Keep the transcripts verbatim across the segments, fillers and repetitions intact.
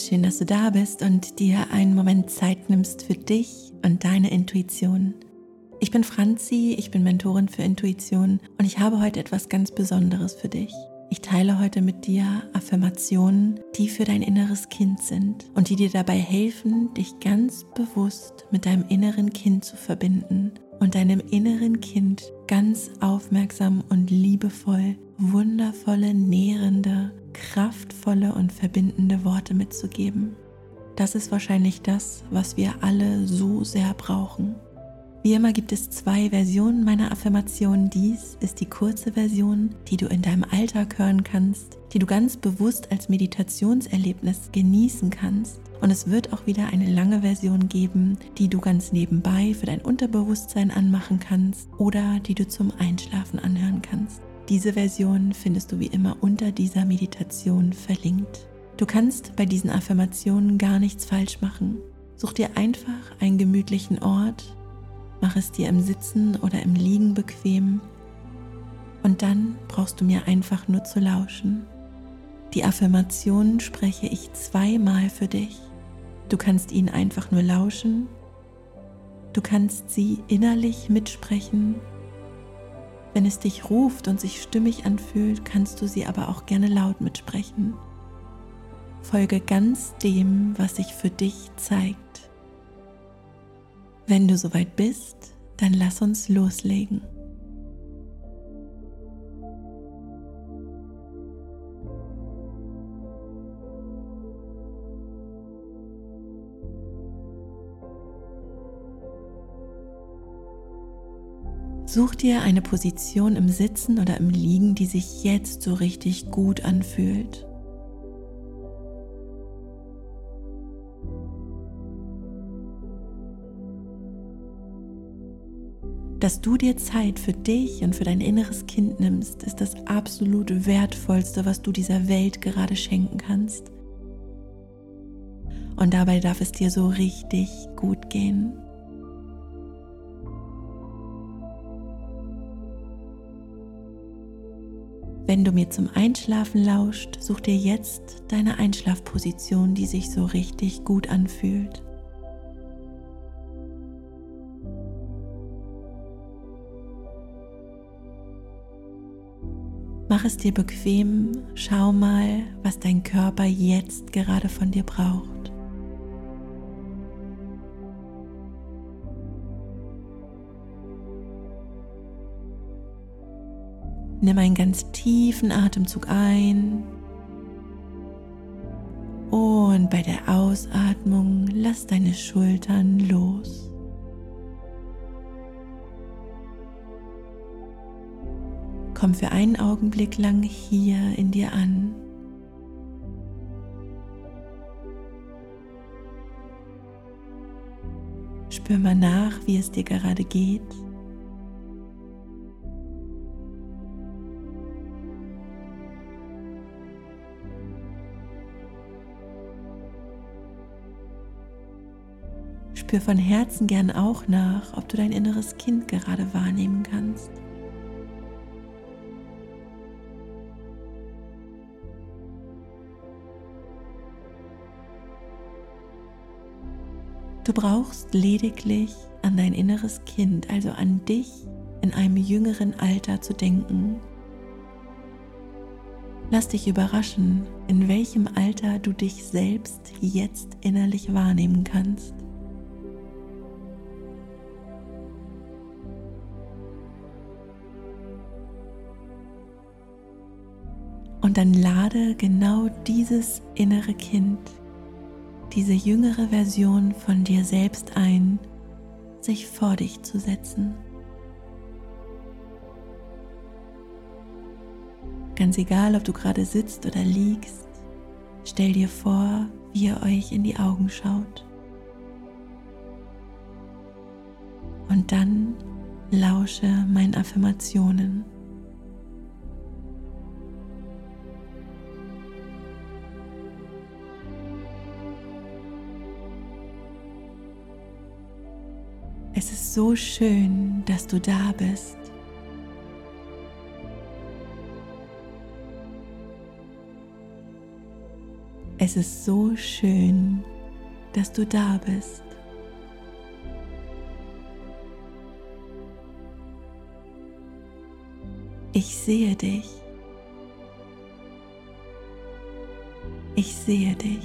schön, dass du da bist und dir einen Moment Zeit nimmst für dich und deine Intuition. Ich bin Franzi, ich bin Mentorin für Intuition und ich habe heute etwas ganz Besonderes für dich. Ich teile heute mit dir Affirmationen, die für dein inneres Kind sind und die dir dabei helfen, dich ganz bewusst mit deinem inneren Kind zu verbinden und deinem inneren Kind ganz aufmerksam und liebevoll wundervolle, nährende, kraftvolle und verbindende Worte mitzugeben. Das ist wahrscheinlich das, was wir alle so sehr brauchen. Wie immer gibt es zwei Versionen meiner Affirmation. Dies ist die kurze Version, die du in deinem Alltag hören kannst, die du ganz bewusst als Meditationserlebnis genießen kannst. Und es wird auch wieder eine lange Version geben, die du ganz nebenbei für dein Unterbewusstsein anmachen kannst oder die du zum Einschlafen anhören kannst. Diese Version findest du wie immer unter dieser Meditation verlinkt. Du kannst bei diesen Affirmationen gar nichts falsch machen. Such dir einfach einen gemütlichen Ort, mach es dir im Sitzen oder im Liegen bequem und dann brauchst du mir einfach nur zu lauschen. Die Affirmationen spreche ich zweimal für dich. Du kannst ihnen einfach nur lauschen. Du kannst sie innerlich mitsprechen. Wenn es dich ruft und sich stimmig anfühlt, kannst du sie aber auch gerne laut mitsprechen. Folge ganz dem, was sich für dich zeigt. Wenn du soweit bist, dann lass uns loslegen. Such dir eine Position im Sitzen oder im Liegen, die sich jetzt so richtig gut anfühlt. Dass du dir Zeit für dich und für dein inneres Kind nimmst, ist das absolut Wertvollste, was du dieser Welt gerade schenken kannst. Und dabei darf es dir so richtig gut gehen. Wenn du mir zum Einschlafen lauscht, such dir jetzt deine Einschlafposition, die sich so richtig gut anfühlt. Mach es dir bequem, schau mal, was dein Körper jetzt gerade von dir braucht. Nimm einen ganz tiefen Atemzug ein und bei der Ausatmung lass deine Schultern los. Komm für einen Augenblick lang hier in dir an. Spür mal nach, wie es dir gerade geht. Spür von Herzen gern auch nach, ob du dein inneres Kind gerade wahrnehmen kannst. Du brauchst lediglich an dein inneres Kind, also an dich in einem jüngeren Alter zu denken. Lass dich überraschen, in welchem Alter du dich selbst jetzt innerlich wahrnehmen kannst. Und dann lade genau dieses innere Kind, diese jüngere Version von dir selbst ein, sich vor dich zu setzen. Ganz egal, ob du gerade sitzt oder liegst, stell dir vor, wie ihr euch in die Augen schaut. Und dann lausche meinen Affirmationen. Es ist so schön, dass du da bist. Es ist so schön, dass du da bist. Ich sehe dich. Ich sehe dich.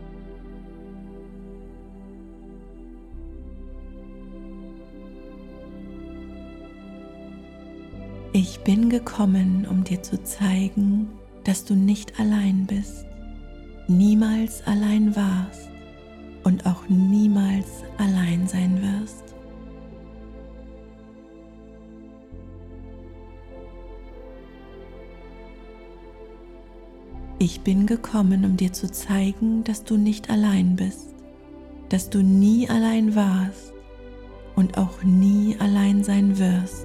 Ich bin gekommen, um dir zu zeigen, dass du nicht allein bist, niemals allein warst und auch niemals allein sein wirst. Ich bin gekommen, um dir zu zeigen, dass du nicht allein bist, dass du nie allein warst und auch nie allein sein wirst.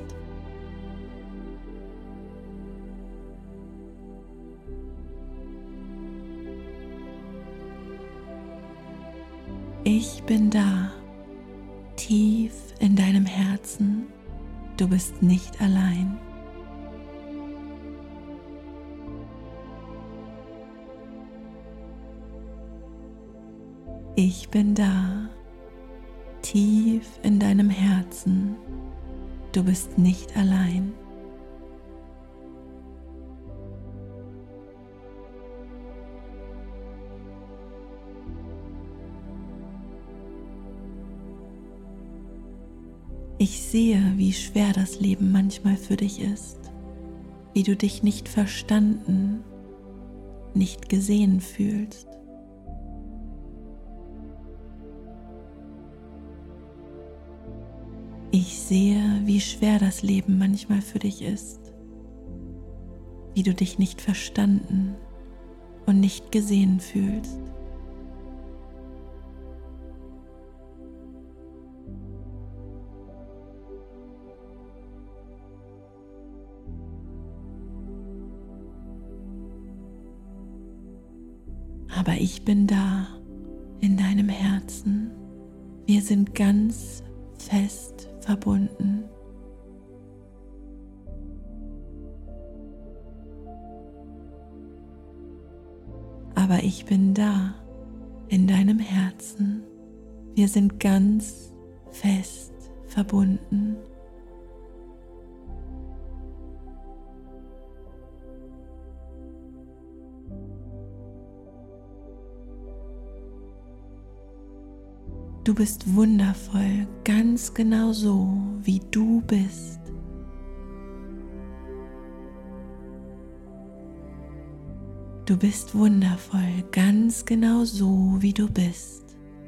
Ich bin da, tief in deinem Herzen. Du bist nicht allein. Ich bin da, tief in deinem Herzen. Du bist nicht allein. Ich sehe, wie schwer das Leben manchmal für dich ist, wie du dich nicht verstanden, nicht gesehen fühlst. Ich sehe, wie schwer das Leben manchmal für dich ist, wie du dich nicht verstanden und nicht gesehen fühlst. Aber ich bin da in deinem Herzen. Wir sind ganz fest verbunden. Aber ich bin da in deinem Herzen. Wir sind ganz fest verbunden. Du bist wundervoll, ganz genau so, wie du bist. Du bist wundervoll, ganz genau so, wie du bist.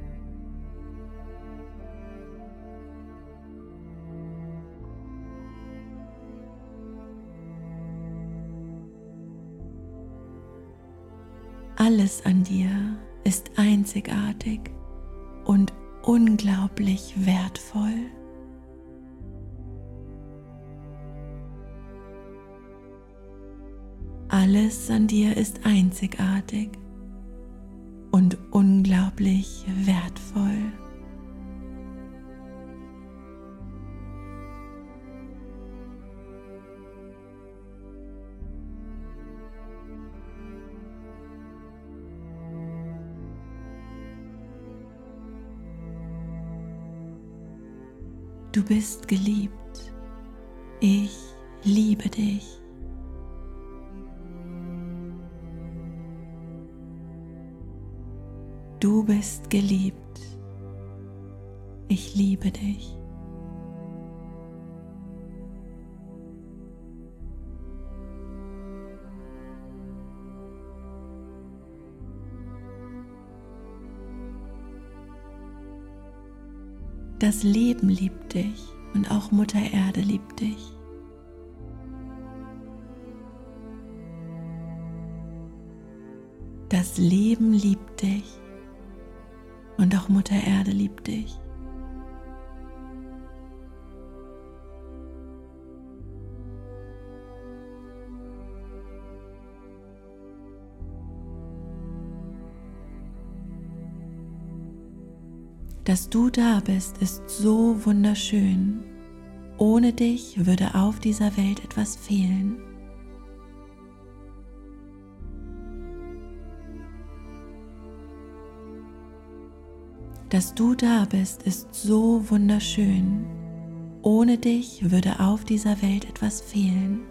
Alles an dir ist einzigartig und unglaublich wertvoll. Alles an dir ist einzigartig und unglaublich wertvoll. Du bist geliebt. Ich liebe dich. Du bist geliebt. Ich liebe dich. Das Leben liebt dich und auch Mutter Erde liebt dich. Das Leben liebt dich und auch Mutter Erde liebt dich. Dass du da bist, ist so wunderschön. Ohne dich würde auf dieser Welt etwas fehlen. Dass du da bist, ist so wunderschön. Ohne dich würde auf dieser Welt etwas fehlen.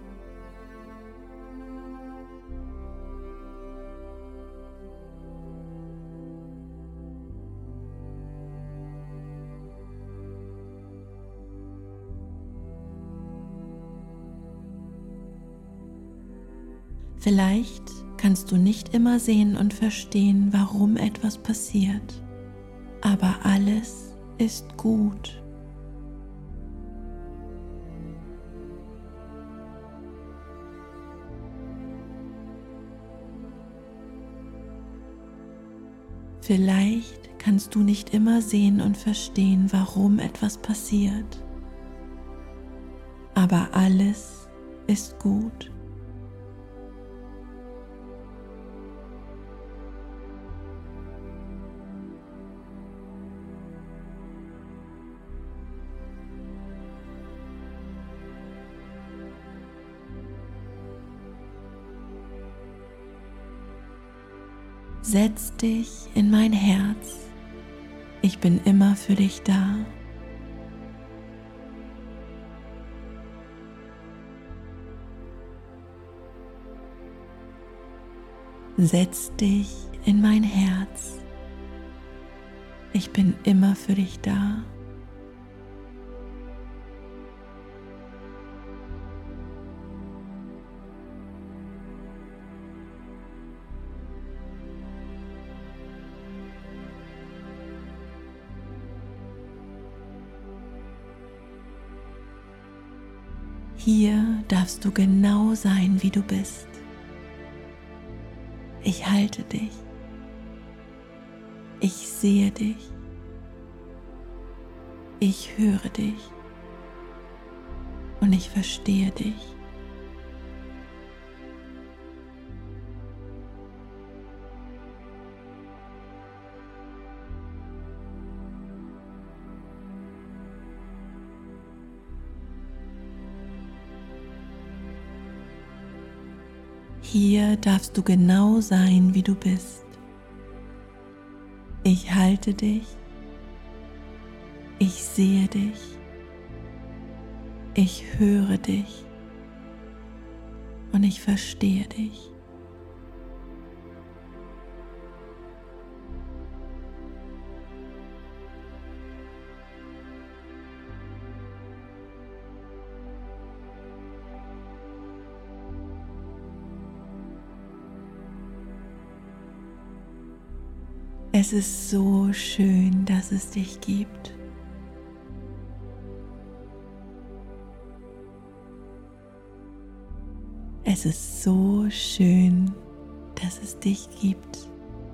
Vielleicht kannst du nicht immer sehen und verstehen, warum etwas passiert, aber alles ist gut. Vielleicht kannst du nicht immer sehen und verstehen, warum etwas passiert, aber alles ist gut. Setz dich in mein Herz. Ich bin immer für dich da. Setz dich in mein Herz. Ich bin immer für dich da. Hier darfst du genau sein, wie du bist. Ich halte dich. Ich sehe dich. Ich höre dich. Und ich verstehe dich. Hier darfst du genau sein, wie du bist. Ich halte dich. Ich sehe dich. Ich höre dich. Und ich verstehe dich. Es ist so schön, dass es dich gibt. Es ist so schön, dass es dich gibt.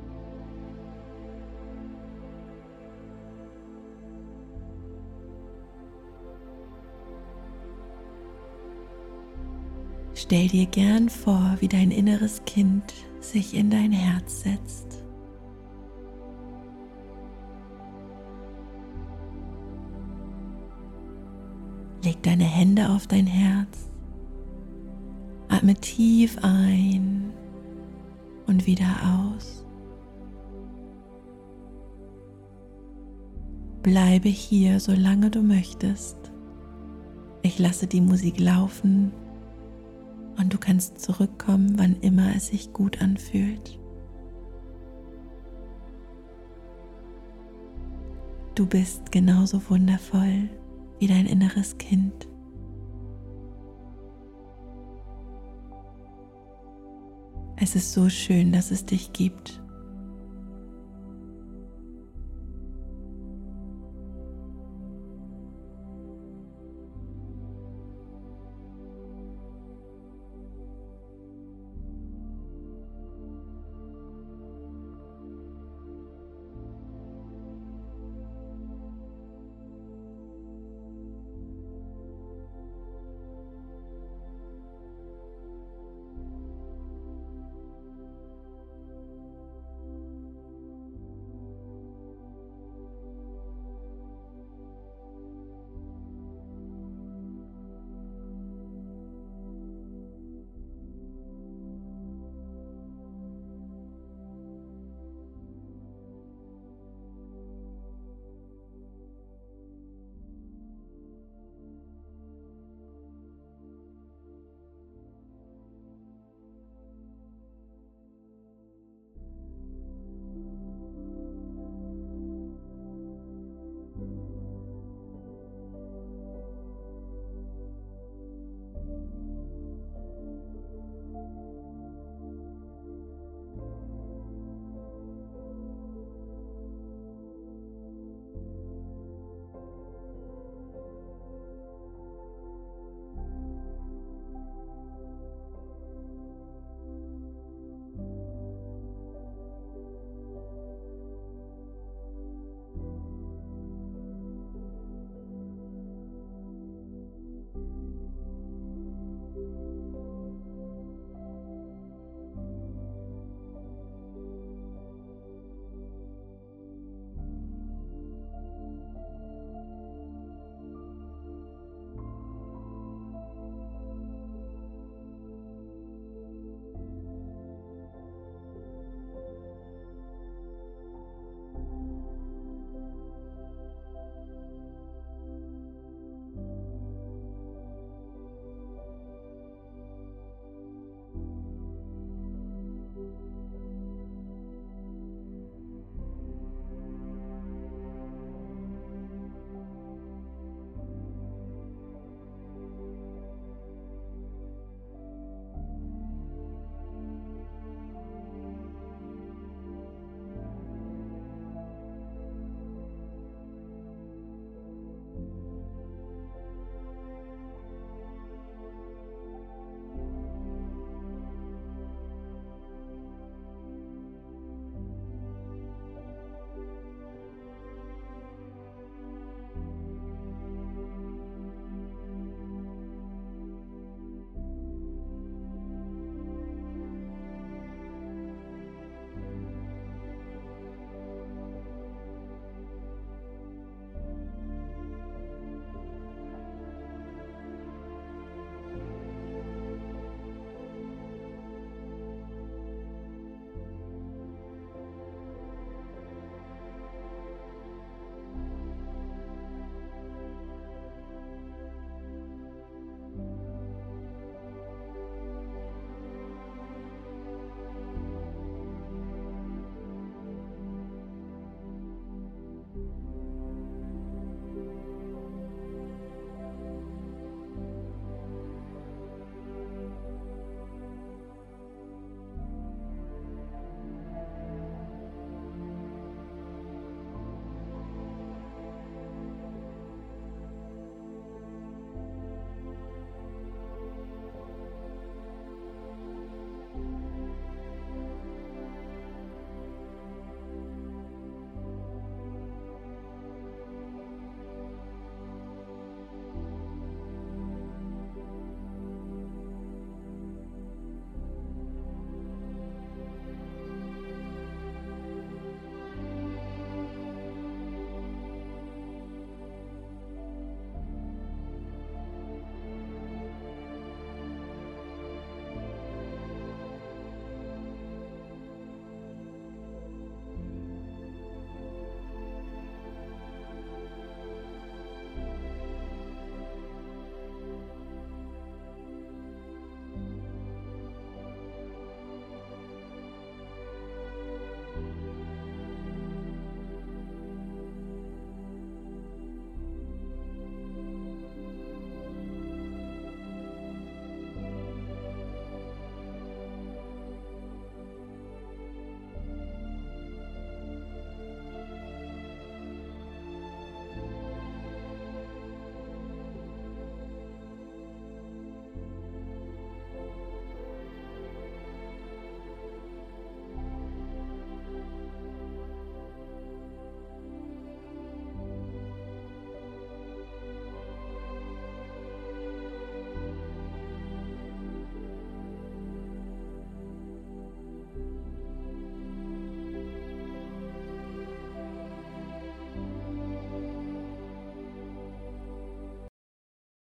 Stell dir gern vor, wie dein inneres Kind sich in dein Herz setzt. Leg deine Hände auf dein Herz, atme tief ein und wieder aus. Bleibe hier, solange du möchtest. Ich lasse die Musik laufen und du kannst zurückkommen, wann immer es sich gut anfühlt. Du bist genauso wundervoll wie dein inneres Kind. Es ist so schön, dass es dich gibt.